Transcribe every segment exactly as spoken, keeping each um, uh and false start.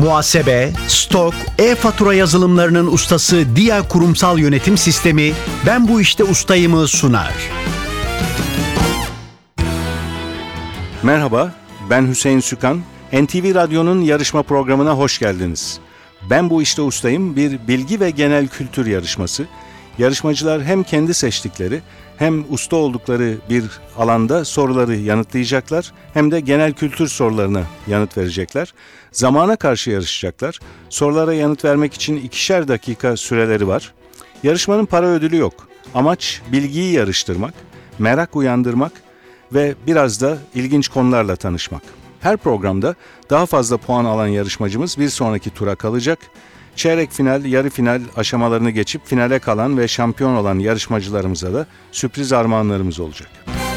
Muhasebe, stok, e-fatura yazılımlarının ustası Dia Kurumsal Yönetim Sistemi Ben Bu İşte Ustayım'ı sunar. Merhaba, ben Hüseyin Sükan. N T V Radyo'nun yarışma programına hoş geldiniz. Ben Bu İşte Ustayım bir bilgi ve genel kültür yarışması. Yarışmacılar hem kendi seçtikleri hem usta oldukları bir alanda soruları yanıtlayacaklar hem de genel kültür sorularına yanıt verecekler. Zamana karşı yarışacaklar. Sorulara yanıt vermek için ikişer dakika süreleri var. Yarışmanın para ödülü yok. Amaç bilgiyi yarıştırmak, merak uyandırmak ve biraz da ilginç konularla tanışmak. Her programda daha fazla puan alan yarışmacımız bir sonraki tura kalacak. Çeyrek final, yarı final aşamalarını geçip finale kalan ve şampiyon olan yarışmacılarımıza da sürpriz armağanlarımız olacak.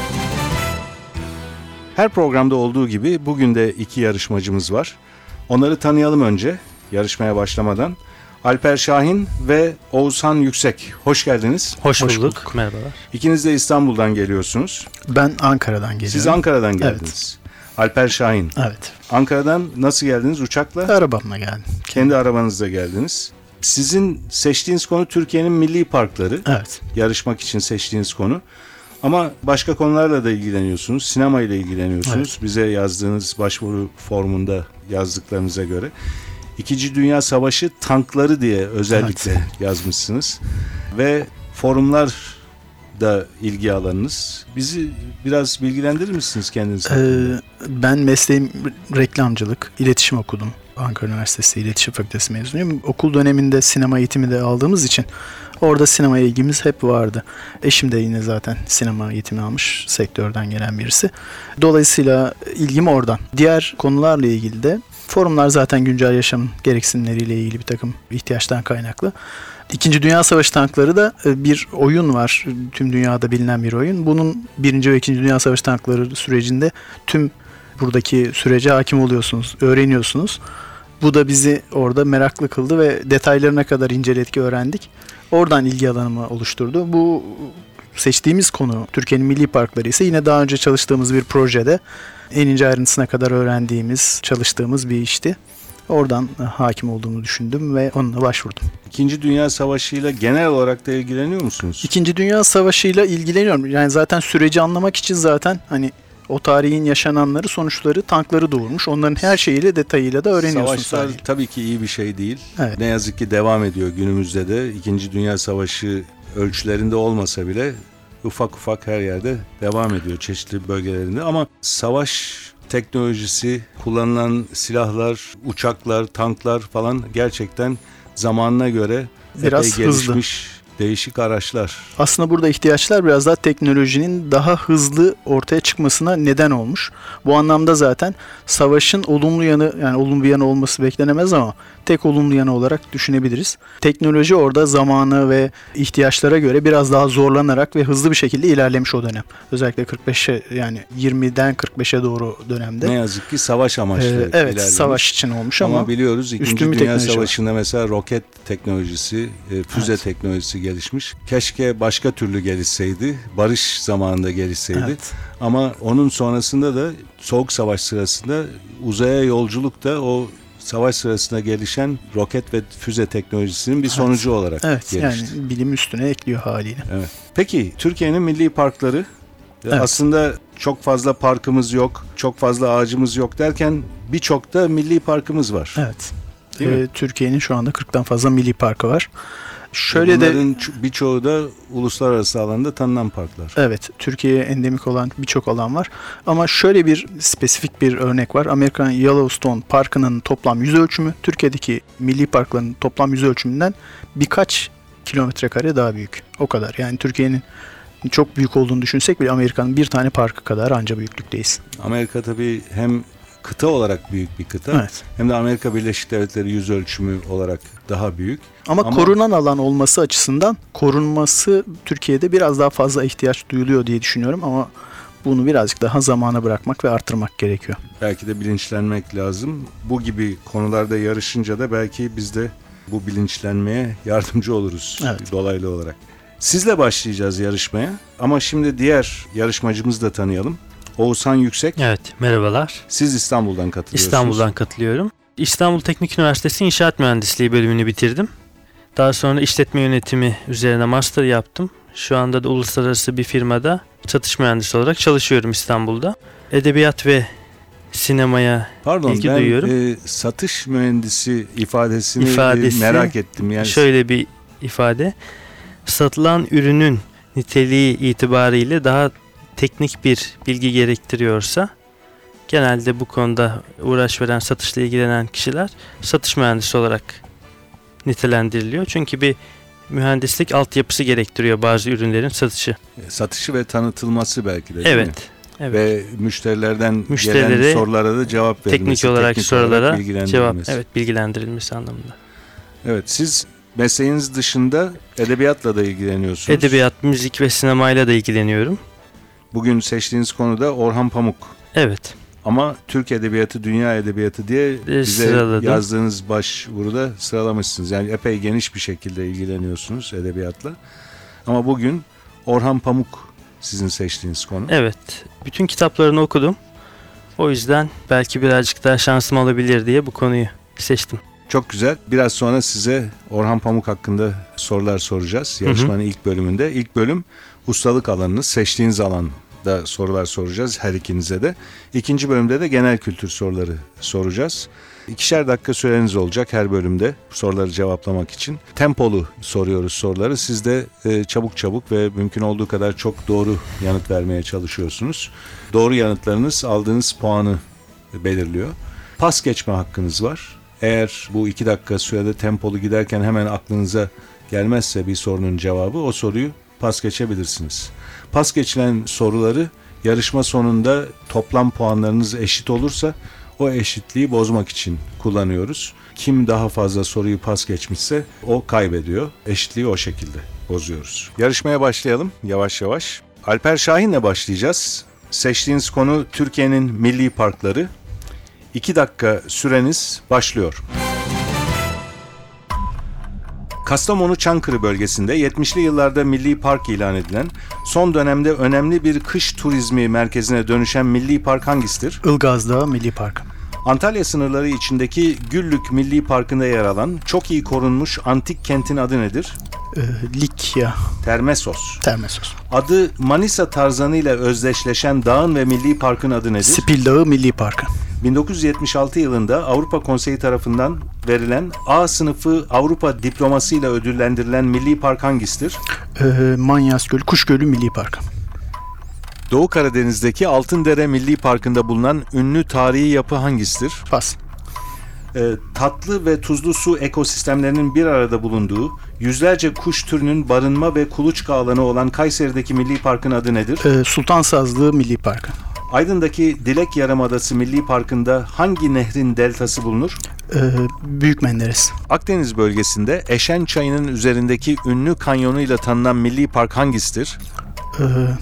Her programda olduğu gibi bugün de iki yarışmacımız var. Onları tanıyalım önce yarışmaya başlamadan. Alper Şahin ve Oğuzhan Yüksek. Hoş geldiniz. Hoş bulduk. Hoş bulduk. Merhabalar. İkiniz de İstanbul'dan geliyorsunuz. Ben Ankara'dan geliyorum. Siz Ankara'dan geldiniz. Evet. Alper Şahin. Evet. Ankara'dan nasıl geldiniz? Uçakla? Arabamla geldim. Kendi arabanızla geldiniz. Sizin seçtiğiniz konu Türkiye'nin milli parkları. Evet. Yarışmak için seçtiğiniz konu. Ama başka konularla da ilgileniyorsunuz. Sinema ile ilgileniyorsunuz. Evet. Bize yazdığınız başvuru formunda yazdıklarınıza göre. İkinci Dünya Savaşı tankları diye özellikle evet. yazmışsınız. Ve forumlar da ilgi alanınız. Bizi biraz bilgilendirir misiniz kendiniz hakkında? Ee, ben mesleğim reklamcılık, iletişim okudum. Ankara Üniversitesi İletişim Fakültesi mezunuyum. Okul döneminde sinema eğitimi de aldığımız için orada sinemaya ilgimiz hep vardı. Eşim de yine zaten sinema eğitimi almış, sektörden gelen birisi. Dolayısıyla ilgim oradan. Diğer konularla ilgili de forumlar zaten güncel yaşam gereksinimleriyle ilgili bir takım ihtiyaçtan kaynaklı. İkinci Dünya Savaşı tankları da bir oyun var. Tüm dünyada bilinen bir oyun. Bunun Birinci ve İkinci Dünya Savaşı tankları sürecinde tüm buradaki sürece hakim oluyorsunuz, öğreniyorsunuz. Bu da bizi orada meraklı kıldı ve detaylarına kadar inceledik, öğrendik. Oradan ilgi alanımı oluşturdu. Bu seçtiğimiz konu Türkiye'nin milli parkları ise yine daha önce çalıştığımız bir projede en ince ayrıntısına kadar öğrendiğimiz, çalıştığımız bir işti. Oradan hakim olduğumu düşündüm ve onunla başvurdum. İkinci Dünya Savaşı ile genel olarak da ilgileniyor musunuz? İkinci Dünya Savaşı ile ilgileniyorum. Yani zaten süreci anlamak için zaten hani o tarihin yaşananları, sonuçları, tankları doğurmuş. Onların her şeyiyle, detayıyla da öğreniyorsunuz. Savaşlar tarihi. Tabii ki iyi bir şey değil. Evet. Ne yazık ki devam ediyor günümüzde de. İkinci Dünya Savaşı ölçülerinde olmasa bile ufak ufak her yerde devam ediyor çeşitli bölgelerinde. Ama savaş teknolojisi, kullanılan silahlar, uçaklar, tanklar falan gerçekten zamanına göre biraz epey gelişmiş, hızlı. Değişik araçlar. Aslında burada ihtiyaçlar biraz daha teknolojinin daha hızlı ortaya çıkmasına neden olmuş. Bu anlamda zaten savaşın olumlu yanı, yani olumlu bir yanı olması beklenemez ama tek olumlu yanı olarak düşünebiliriz. Teknoloji orada zamanı ve ihtiyaçlara göre biraz daha zorlanarak ve hızlı bir şekilde ilerlemiş o dönem. Özellikle kırk beşe yani yirmiden kırk beşe doğru dönemde. Ne yazık ki savaş amaçlı ee, evet, ilerlemiş. Savaş için olmuş ama, ama biliyoruz İkinci Dünya Savaşı'nda mesela roket teknolojisi, füze evet. teknolojisi gelişmiş. Keşke başka türlü gelişseydi, barış zamanında gelişseydi. Evet. Ama onun sonrasında da Soğuk Savaş sırasında uzaya yolculuk da o savaş sırasında gelişen roket ve füze teknolojisinin bir sonucu evet. olarak evet, gelişti. Yani bilim üstüne ekliyor haliyle. Evet. Peki Türkiye'nin milli parkları evet. aslında çok fazla parkımız yok, çok fazla ağacımız yok derken birçok da milli parkımız var. Evet. Ee, Türkiye'nin şu anda kırktan fazla milli parkı var. Şöyle Bunların de birçoğu da uluslararası alanda tanınan parklar. Evet, Türkiye'ye endemik olan birçok alan var. Ama şöyle bir spesifik bir örnek var. Amerikan Yellowstone Parkı'nın toplam yüz ölçümü Türkiye'deki milli parkların toplam yüz ölçümünden birkaç kilometre kare daha büyük. O kadar. Yani Türkiye'nin çok büyük olduğunu düşünsek bile Amerika'nın bir tane parkı kadar anca büyüklükteyiz. Amerika tabii hem kıta olarak büyük bir kıta evet. hem de Amerika Birleşik Devletleri yüz ölçümü olarak daha büyük. Ama, Ama korunan alan olması açısından korunması Türkiye'de biraz daha fazla ihtiyaç duyuluyor diye düşünüyorum ama bunu birazcık daha zamana bırakmak ve artırmak gerekiyor. Belki de bilinçlenmek lazım. Bu gibi konularda yarışınca da belki biz de bu bilinçlenmeye yardımcı oluruz evet. dolaylı olarak. Sizle başlayacağız yarışmaya ama şimdi diğer yarışmacımızı da tanıyalım. Oğuzhan Yüksek. Evet, merhabalar. Siz İstanbul'dan katılıyorsunuz. İstanbul'dan katılıyorum. İstanbul Teknik Üniversitesi İnşaat Mühendisliği bölümünü bitirdim. Daha sonra işletme yönetimi üzerine master yaptım. Şu anda da uluslararası bir firmada satış mühendisi olarak çalışıyorum İstanbul'da. Edebiyat ve sinemaya Pardon ilgi ben duyuyorum. e, satış mühendisi ifadesini İfadesi, e, merak ettim. Yani Şöyle bir ifade. Satılan ürünün niteliği itibariyle daha teknik bir bilgi gerektiriyorsa genelde bu konuda uğraş veren, satışla ilgilenen kişiler satış mühendisi olarak nitelendiriliyor. Çünkü bir mühendislik altyapısı gerektiriyor bazı ürünlerin satışı. satışı ve tanıtılması belki de değil mi? Evet. Evet. Ve müşterilerden Müşterilere gelen sorulara da cevap verilmesi. teknik olarak teknik sorulara olarak cevap, bilgilendirilmesi. evet, bilgilendirilmesi anlamında. Evet, siz mesleğiniz dışında edebiyatla da ilgileniyorsunuz. Edebiyat, müzik ve sinemayla da ilgileniyorum. Bugün seçtiğiniz konu da Orhan Pamuk. Evet. Ama Türk Edebiyatı, Dünya Edebiyatı diye bize sıraladım. yazdığınız başvuruda sıralamışsınız. Yani epey geniş bir şekilde ilgileniyorsunuz edebiyatla. Ama bugün Orhan Pamuk sizin seçtiğiniz konu. Evet. Bütün kitaplarını okudum. O yüzden belki birazcık daha şansım olabilir diye bu konuyu seçtim. Çok güzel. Biraz sonra size Orhan Pamuk hakkında sorular soracağız. Yarışmanın ilk bölümünde. İlk bölüm ustalık alanınız, seçtiğiniz alanda sorular soracağız her ikinize de. İkinci bölümde de genel kültür soruları soracağız. İkişer dakika süreniz olacak her bölümde soruları cevaplamak için. Tempolu soruyoruz soruları. Siz de e, çabuk çabuk ve mümkün olduğu kadar çok doğru yanıt vermeye çalışıyorsunuz. Doğru yanıtlarınız aldığınız puanı belirliyor. Pas geçme hakkınız var. Eğer bu iki dakika sürede tempolu giderken hemen aklınıza gelmezse bir sorunun cevabı, o soruyu pas geçebilirsiniz. Pas geçilen soruları yarışma sonunda toplam puanlarınız eşit olursa o eşitliği bozmak için kullanıyoruz. Kim daha fazla soruyu pas geçmişse o kaybediyor. Eşitliği o şekilde bozuyoruz. Yarışmaya başlayalım yavaş yavaş. Alper Şahin'le başlayacağız. Seçtiğiniz konu Türkiye'nin milli parkları. İki dakika süreniz başlıyor. Kastamonu-Çankırı bölgesinde yetmişli yıllarda milli park ilan edilen, son dönemde önemli bir kış turizmi merkezine dönüşen milli park hangisidir? Ilgaz Dağı Milli Parkı. Antalya sınırları içindeki Güllük Milli Parkı'nda yer alan çok iyi korunmuş antik kentin adı nedir? Ee, Likya, Termesos. Termesos. Adı Manisa tarzanı ile özdeşleşen dağın ve milli parkın adı nedir? Spil Dağı Milli Parkı. bin dokuz yüz yetmiş altı yılında Avrupa Konseyi tarafından verilen A sınıfı Avrupa diplomasıyla ödüllendirilen milli park hangisidir? Ee, Manyas Gölü, Kuş Gölü Milli Parkı. Doğu Karadeniz'deki Altındere Milli Parkı'nda bulunan ünlü tarihi yapı hangisidir? Pas. Ee, tatlı ve tuzlu su ekosistemlerinin bir arada bulunduğu, yüzlerce kuş türünün barınma ve kuluçka alanı olan Kayseri'deki milli parkın adı nedir? Ee, Sultan Sazlığı Milli Parkı. Aydın'daki Dilek Yarımadası Milli Parkı'nda hangi nehrin deltası bulunur? Ee, Büyük Menderes. Akdeniz bölgesinde Eşen Çayı'nın üzerindeki ünlü kanyonuyla tanınan milli park hangisidir? Ee,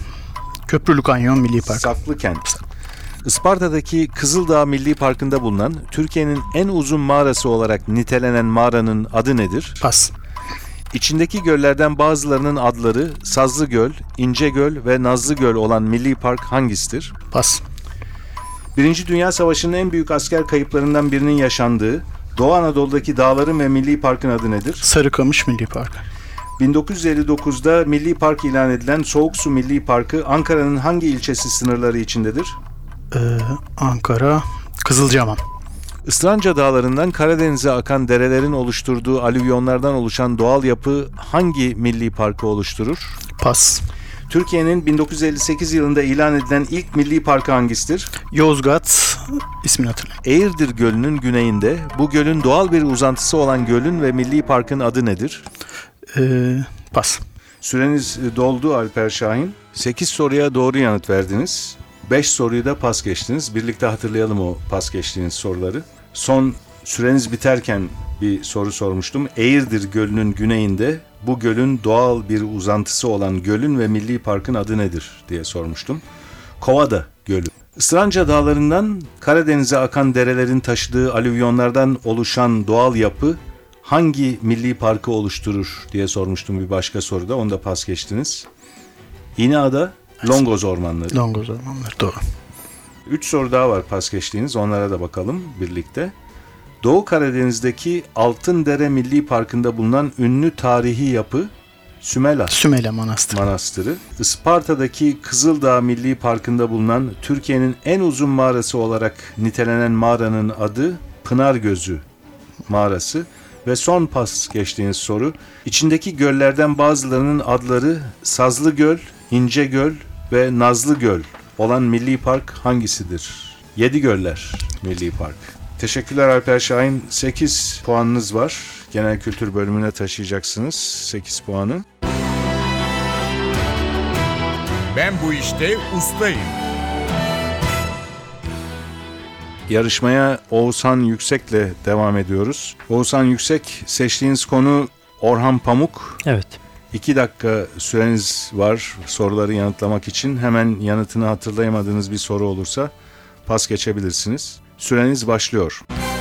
Köprülü Kanyon Milli Parkı. Saklıkent. Isparta'daki Kızıldağ Milli Parkı'nda bulunan Türkiye'nin en uzun mağarası olarak nitelenen mağaranın adı nedir? Pas. İçindeki göllerden bazılarının adları Sazlıgöl, İncegöl ve Nazlıgöl olan milli park hangisidir? Pas. Birinci Dünya Savaşı'nın en büyük asker kayıplarından birinin yaşandığı Doğu Anadolu'daki dağların ve milli parkın adı nedir? Sarıkamış Milli Parkı. bin dokuz yüz elli dokuzda milli park ilan edilen Soğuksu Milli Parkı Ankara'nın hangi ilçesi sınırları içindedir? Ee, Ankara, Kızılcahamam. Islanca Dağları'ndan Karadeniz'e akan derelerin oluşturduğu alüvyonlardan oluşan doğal yapı hangi milli parkı oluşturur? Pas. Türkiye'nin bin dokuz yüz elli sekiz yılında ilan edilen ilk milli parkı hangisidir? Yozgat, ismini hatırlayayım. Eğirdir Gölü'nün güneyinde, bu gölün doğal bir uzantısı olan gölün ve milli parkın adı nedir? Ee, pas. Süreniz doldu Alper Şahin. sekiz soruya doğru yanıt verdiniz. beş soruyu da pas geçtiniz. Birlikte hatırlayalım o pas geçtiğiniz soruları. Son süreniz biterken bir soru sormuştum. Eğirdir Gölü'nün güneyinde, bu gölün doğal bir uzantısı olan gölün ve milli parkın adı nedir diye sormuştum. Kovada Gölü. Islanca Dağları'ndan Karadeniz'e akan derelerin taşıdığı alüvyonlardan oluşan doğal yapı hangi milli parkı oluşturur diye sormuştum bir başka soruda. Onu da pas geçtiniz. İna'da Longoz Ormanları. Longoz Ormanları, doğru. Üç soru daha var pas geçtiğiniz. Onlara da bakalım birlikte. Doğu Karadeniz'deki Altındere Milli Parkı'nda bulunan ünlü tarihi yapı Sümela Sümele Manastırı. Manastırı, Isparta'daki Kızıldağ Milli Parkı'nda bulunan Türkiye'nin en uzun mağarası olarak nitelenen mağaranın adı Pınargözü Mağarası ve son pas geçtiğiniz soru, içindeki göllerden bazılarının adları Sazlı Göl, İnce Göl ve Nazlı Göl olan milli park hangisidir? Yedi Göller Milli Park. Teşekkürler Alper Şahin. sekiz puanınız var. Genel kültür bölümüne taşıyacaksınız sekiz puanı. Ben bu işte ustayım. Yarışmaya Oğuzhan Yüksek'le devam ediyoruz. Oğuzhan Yüksek, seçtiğiniz konu Orhan Pamuk. Evet. İki dakika süreniz var soruları yanıtlamak için. Hemen yanıtını hatırlayamadığınız bir soru olursa pas geçebilirsiniz. Süreniz başlıyor.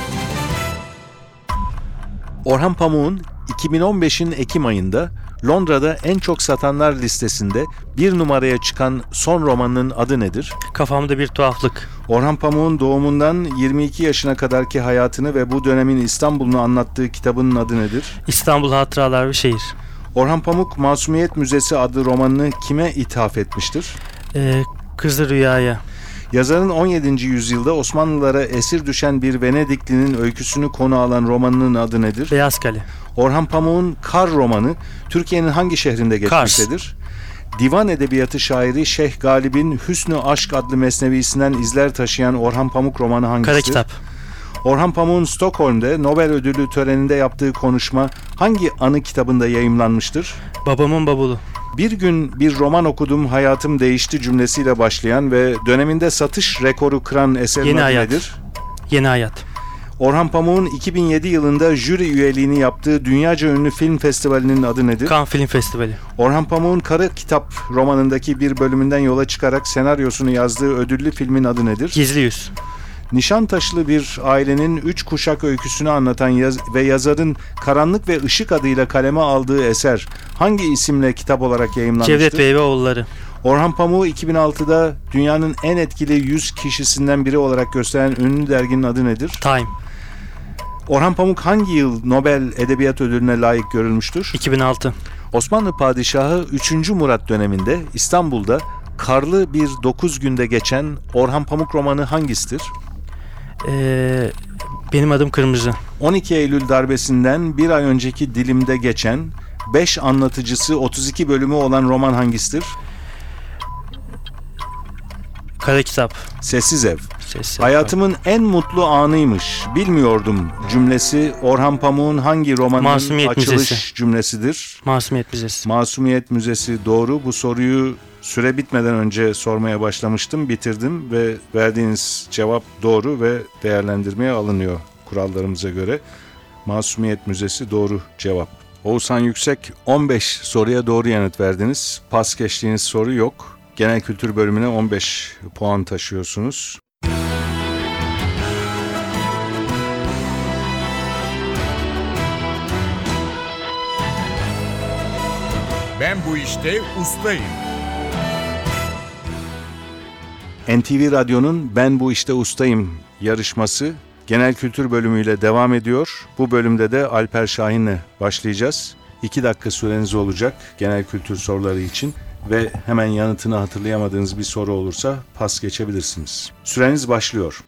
Orhan Pamuk'un iki bin on beşin Ekim ayında Londra'da en çok satanlar listesinde bir numaraya çıkan son romanının adı nedir? Kafamda bir tuhaflık. Orhan Pamuk'un doğumundan yirmi iki yaşına kadarki hayatını ve bu dönemin İstanbul'unu anlattığı kitabının adı nedir? İstanbul Hatıralar ve Şehir. Orhan Pamuk, Masumiyet Müzesi adlı romanını kime ithaf etmiştir? Ee, Kızı Rüya'ya. Yazarın on yedinci yüzyılda Osmanlılara esir düşen bir Venediklinin öyküsünü konu alan romanının adı nedir? Beyaz Kale. Orhan Pamuk'un Kar romanı Türkiye'nin hangi şehrinde geçmektedir? Divan edebiyatı şairi Şeyh Galip'in Hüsnü Aşk adlı mesnevisinden izler taşıyan Orhan Pamuk romanı hangisidir? Kara Kitap. Orhan Pamuk'un Stockholm'de Nobel ödülü töreninde yaptığı konuşma hangi anı kitabında yayımlanmıştır? Babamın Bavulu. Bir gün bir roman okudum, hayatım değişti cümlesiyle başlayan ve döneminde satış rekoru kıran eserin Yeni adı Hayat. nedir? Yeni Hayat. Orhan Pamuk'un iki bin yedi yılında jüri üyeliğini yaptığı dünyaca ünlü film festivalinin adı nedir? Cannes Film Festivali. Orhan Pamuk'un Kara Kitap romanındaki bir bölümünden yola çıkarak senaryosunu yazdığı ödüllü filmin adı nedir? Gizli Yüz. Nişantaşlı bir ailenin üç kuşak öyküsünü anlatan yaz- ve yazarın Karanlık ve Işık adıyla kaleme aldığı eser hangi isimle kitap olarak yayımlanmıştır? Cevdet Bey ve Oğulları. Orhan Pamuk'u iki bin altıda dünyanın en etkili yüz kişisinden biri olarak gösteren ünlü derginin adı nedir? Time. Orhan Pamuk hangi yıl Nobel Edebiyat Ödülü'ne layık görülmüştür? iki bin altı. Osmanlı Padişahı üçüncü Murat döneminde İstanbul'da karlı bir dokuz günde geçen Orhan Pamuk romanı hangisidir? Ee, benim adım Kırmızı. on iki Eylül darbesinden bir ay önceki dilimde geçen beş anlatıcısı otuz iki bölümü olan roman hangisidir? Kara Kitap. Sessiz Ev. Sessiz. Hayatımın en mutlu anıymış, bilmiyordum cümlesi Orhan Pamuk'un hangi romanının Masumiyet açılış Müzesi. cümlesidir? Masumiyet Müzesi. Masumiyet Müzesi doğru. Bu soruyu süre bitmeden önce sormaya başlamıştım, bitirdim ve verdiğiniz cevap doğru ve değerlendirmeye alınıyor kurallarımıza göre. Masumiyet Müzesi doğru cevap. Oğuzhan Yüksek, on beş soruya doğru yanıt verdiniz. Pas geçtiğiniz soru yok. Genel kültür bölümüne on beş puan taşıyorsunuz. Ben bu işte ustayım. N T V Radyo'nun Ben Bu İşte Ustayım yarışması genel kültür bölümüyle devam ediyor. Bu bölümde de Alper Şahin'le başlayacağız. iki dakika süreniz olacak genel kültür soruları için ve hemen yanıtını hatırlayamadığınız bir soru olursa pas geçebilirsiniz. Süreniz başlıyor.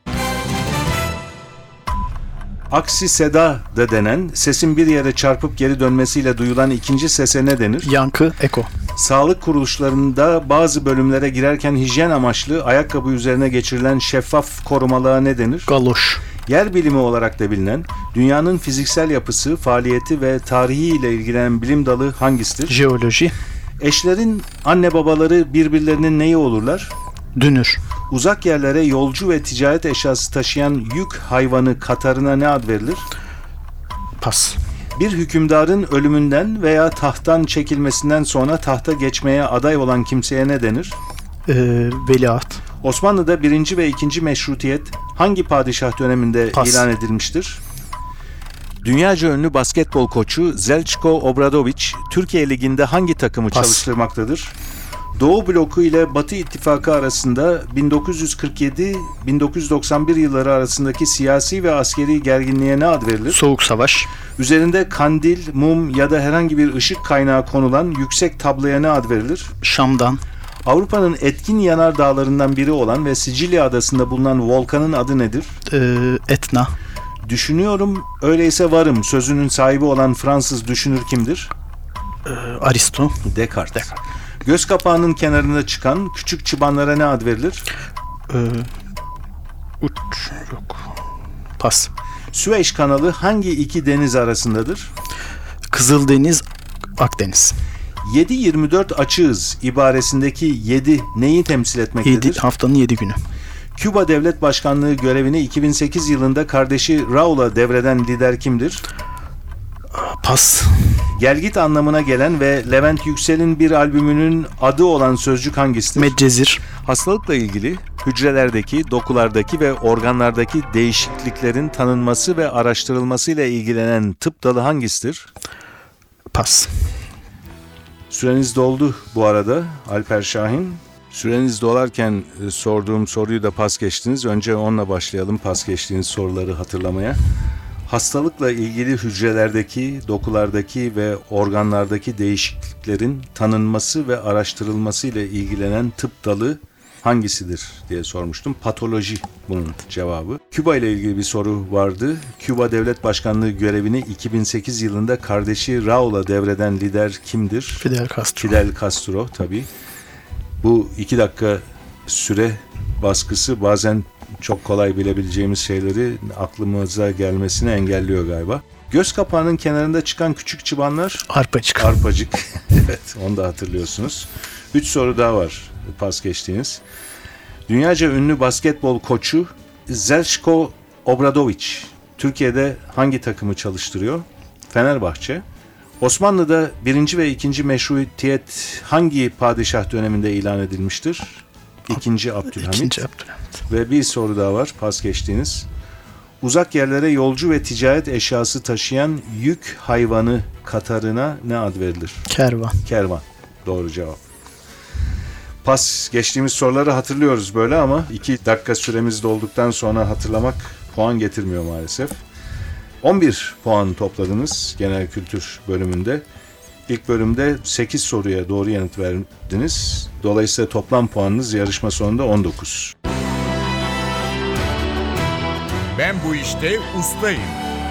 Aksi seda da denen, sesin bir yere çarpıp geri dönmesiyle duyulan ikinci sese ne denir? Yankı, eko. Sağlık kuruluşlarında bazı bölümlere girerken hijyen amaçlı ayakkabı üzerine geçirilen şeffaf korumalığa ne denir? Galoş. Yer bilimi olarak da bilinen, dünyanın fiziksel yapısı, faaliyeti ve tarihi ile ilgilenen bilim dalı hangisidir? Jeoloji. Eşlerin anne babaları birbirlerinin neyi olurlar? Dünür. Uzak yerlere yolcu ve ticaret eşyası taşıyan yük hayvanı katarına ne ad verilir? Pas. Bir hükümdarın ölümünden veya tahttan çekilmesinden sonra tahta geçmeye aday olan kimseye ne denir? Ee, veliaht. Osmanlı'da birinci ve ikinci meşrutiyet hangi padişah döneminde Pas. ilan edilmiştir? Dünyaca ünlü basketbol koçu Zeljko Obradović Türkiye Ligi'nde hangi takımı Pas. çalıştırmaktadır? Doğu bloku ile Batı ittifakı arasında bin dokuz yüz kırk yedi bin dokuz yüz doksan bir yılları arasındaki siyasi ve askeri gerginliğe ne ad verilir? Soğuk Savaş. Üzerinde kandil, mum ya da herhangi bir ışık kaynağı konulan yüksek tabloya ne ad verilir? Şam'dan. Avrupa'nın etkin yanardağlarından biri olan ve Sicilya adasında bulunan volkanın adı nedir? Ee, Etna. Düşünüyorum, öyleyse varım sözünün sahibi olan Fransız düşünür kimdir? Ee, Aristo. Descartes. Göz kapağının kenarında çıkan küçük çıbanlara ne ad verilir? Ee, uç yok. Pas. Süveyş kanalı hangi iki deniz arasındadır? Kızıldeniz, Akdeniz. yedi yirmi dört açığız ibaresindeki yedi neyi temsil etmektedir? Yedi, haftanın yedi günü. Küba Devlet Başkanlığı görevini iki bin sekiz yılında kardeşi Raul'a devreden lider kimdir? Pas. Gelgit anlamına gelen ve Levent Yüksel'in bir albümünün adı olan sözcük hangisidir? Medcezir. Hastalıkla ilgili hücrelerdeki, dokulardaki ve organlardaki değişikliklerin tanınması ve araştırılması ile ilgilenen tıp dalı hangisidir? Pas. Süreniz doldu bu arada Alper Şahin. Süreniz dolarken e, sorduğum soruyu da pas geçtiniz. Önce onunla başlayalım pas geçtiğiniz soruları hatırlamaya. Hastalıkla ilgili hücrelerdeki, dokulardaki ve organlardaki değişikliklerin tanınması ve araştırılması ile ilgilenen tıp dalı hangisidir diye sormuştum. Patoloji bunun cevabı. Küba ile ilgili bir soru vardı. Küba Devlet Başkanlığı görevini iki bin sekiz yılında kardeşi Raul'a devreden lider kimdir? Fidel Castro. Fidel Castro tabii. Bu iki dakika süre baskısı bazen çok kolay bilebileceğimiz şeyleri aklımıza gelmesini engelliyor galiba. Göz kapağının kenarında çıkan küçük çıbanlar? Arpacık. Arpacık. Evet, onu da hatırlıyorsunuz. Üç soru daha var pas geçtiğiniz. Dünyaca ünlü basketbol koçu Zeljko Obradović Türkiye'de hangi takımı çalıştırıyor? Fenerbahçe. Osmanlı'da birinci ve ikinci meşrutiyet hangi padişah döneminde ilan edilmiştir? İkinci Abdülhamit. İkinci Abdülhamit. Ve bir soru daha var pas geçtiğiniz. Uzak yerlere yolcu ve ticaret eşyası taşıyan yük hayvanı katarına ne ad verilir? Kervan. Kervan. Doğru cevap. Pas geçtiğimiz soruları hatırlıyoruz böyle ama iki dakika süremiz dolduktan sonra hatırlamak puan getirmiyor maalesef. on bir puan topladınız genel kültür bölümünde. İlk bölümde sekiz soruya doğru yanıt verdiniz. Dolayısıyla toplam puanınız yarışma sonunda on dokuz. Ben bu işte ustayım.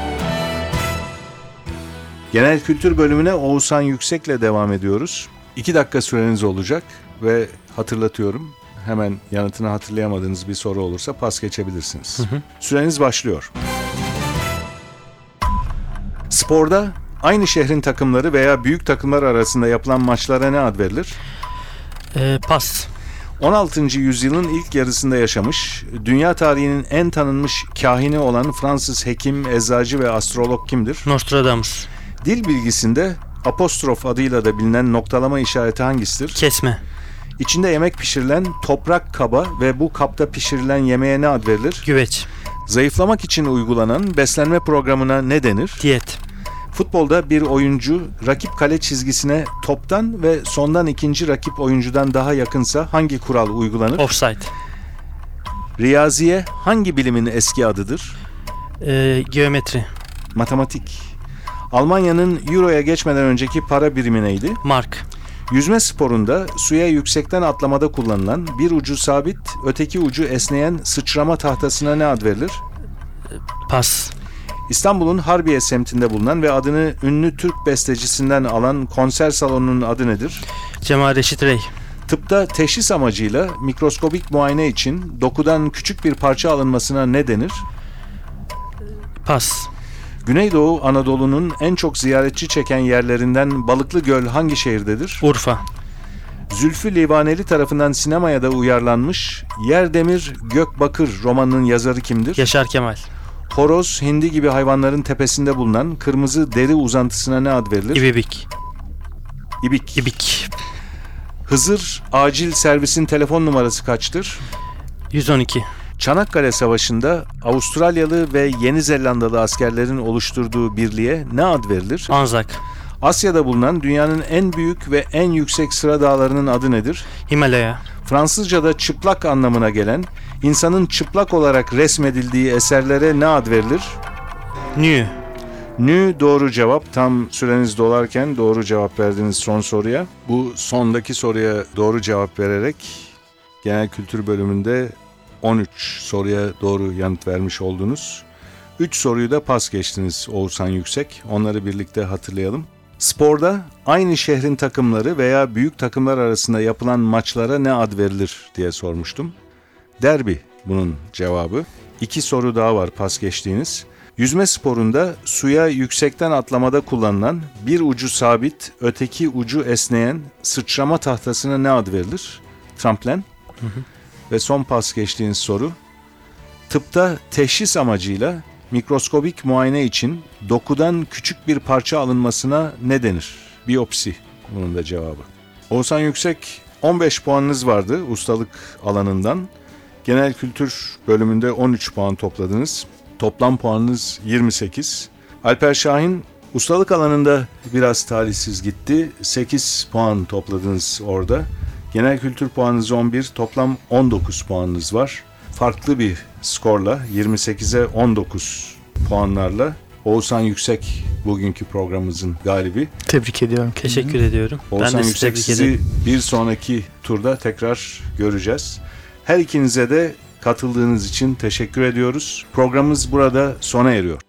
Genel kültür bölümüne Oğuzhan Yüksek'le devam ediyoruz. iki dakika süreniz olacak ve hatırlatıyorum. Hemen yanıtını hatırlayamadığınız bir soru olursa pas geçebilirsiniz. Hı hı. Süreniz başlıyor. Sporda aynı şehrin takımları veya büyük takımlar arasında yapılan maçlara ne ad verilir? Ee, pas. on altıncı yüzyılın ilk yarısında yaşamış, dünya tarihinin en tanınmış kahini olan Fransız hekim, eczacı ve astrolog kimdir? Nostradamus. Dil bilgisinde apostrof adıyla da bilinen noktalama işareti hangisidir? Kesme. İçinde yemek pişirilen toprak kaba ve bu kapta pişirilen yemeğe ne ad verilir? Güveç. Zayıflamak için uygulanan beslenme programına ne denir? Diyet. Futbolda bir oyuncu rakip kale çizgisine toptan ve sondan ikinci rakip oyuncudan daha yakınsa hangi kural uygulanır? Offside. Riyaziye hangi bilimin eski adıdır? Ee, geometri. Matematik. Almanya'nın Euro'ya geçmeden önceki para birimi neydi? Mark. Yüzme sporunda suya yüksekten atlamada kullanılan bir ucu sabit, öteki ucu esneyen sıçrama tahtasına ne ad verilir? Pas. İstanbul'un Harbiye semtinde bulunan ve adını ünlü Türk bestecisinden alan konser salonunun adı nedir? Cemal Reşit Rey. Tıpta teşhis amacıyla mikroskobik muayene için dokudan küçük bir parça alınmasına ne denir? Pas. Güneydoğu Anadolu'nun en çok ziyaretçi çeken yerlerinden Balıklı Göl hangi şehirdedir? Urfa. Zülfü Livaneli tarafından sinemaya da uyarlanmış Yerdemir Gökbakır romanının yazarı kimdir? Yaşar Kemal. Horoz, hindi gibi hayvanların tepesinde bulunan kırmızı deri uzantısına ne ad verilir? İbibik. İbik. İbik. Hızır acil servisin telefon numarası kaçtır? yüz on iki. Çanakkale Savaşı'nda Avustralyalı ve Yeni Zelandalı askerlerin oluşturduğu birliğe ne ad verilir? Anzak. Asya'da bulunan dünyanın en büyük ve en yüksek sıra dağlarının adı nedir? Himalaya. Fransızca'da çıplak anlamına gelen, insanın çıplak olarak resmedildiği eserlere ne ad verilir? Nü. Nü doğru cevap. Tam süreniz dolarken doğru cevap verdiniz son soruya. Bu sondaki soruya doğru cevap vererek genel kültür bölümünde on üç soruya doğru yanıt vermiş oldunuz. üç soruyu da pas geçtiniz Oğuzhan Yüksek. Onları birlikte hatırlayalım. Sporda aynı şehrin takımları veya büyük takımlar arasında yapılan maçlara ne ad verilir diye sormuştum. Derbi bunun cevabı. İki soru daha var pas geçtiğiniz. Yüzme sporunda suya yüksekten atlamada kullanılan bir ucu sabit, öteki ucu esneyen sıçrama tahtasına ne ad verilir? Tramplen. Hı hı. Ve son pas geçtiğiniz soru. Tıpta teşhis amacıyla mikroskobik muayene için dokudan küçük bir parça alınmasına ne denir? Biyopsi bunun da cevabı. Oğuzhan Yüksek, on beş puanınız vardı ustalık alanından. Genel kültür bölümünde on üç puan topladınız. Toplam puanınız yirmi sekiz. Alper Şahin ustalık alanında biraz talihsiz gitti. sekiz puan topladınız orada. Genel kültür puanınız on bir, toplam on dokuz puanınız var. Farklı bir skorla yirmi sekize on dokuz puanlarla Oğuzhan Yüksek bugünkü programımızın galibi. Tebrik ediyorum. Teşekkür ediyorum. Oğuzhan ben de Yüksek tebrik sizi ederim. bir sonraki turda tekrar göreceğiz. Her ikinize de katıldığınız için teşekkür ediyoruz. Programımız burada sona eriyor.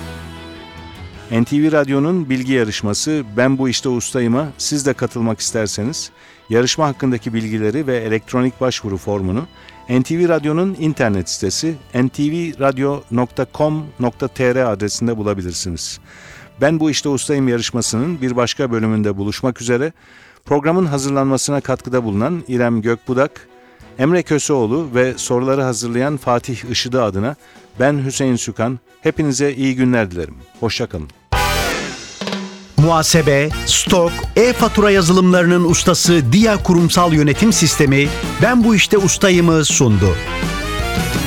N T V Radyo'nun bilgi yarışması Ben Bu İşte Ustayım'a siz de katılmak isterseniz yarışma hakkındaki bilgileri ve elektronik başvuru formunu N T V Radyo'nun internet sitesi en ti vi radyo nokta com nokta t r adresinde bulabilirsiniz. Ben Bu İşte Ustayım yarışmasının bir başka bölümünde buluşmak üzere. Programın hazırlanmasına katkıda bulunan İrem Gökbudak, Emre Köseoğlu ve soruları hazırlayan Fatih Işıdı adına ben Hüseyin Sükan. Hepinize iyi günler dilerim. Hoşça kalın. Muhasebe, stok, e-fatura yazılımlarının ustası Dia Kurumsal Yönetim Sistemi Ben Bu İşte Ustayım'ı sundu.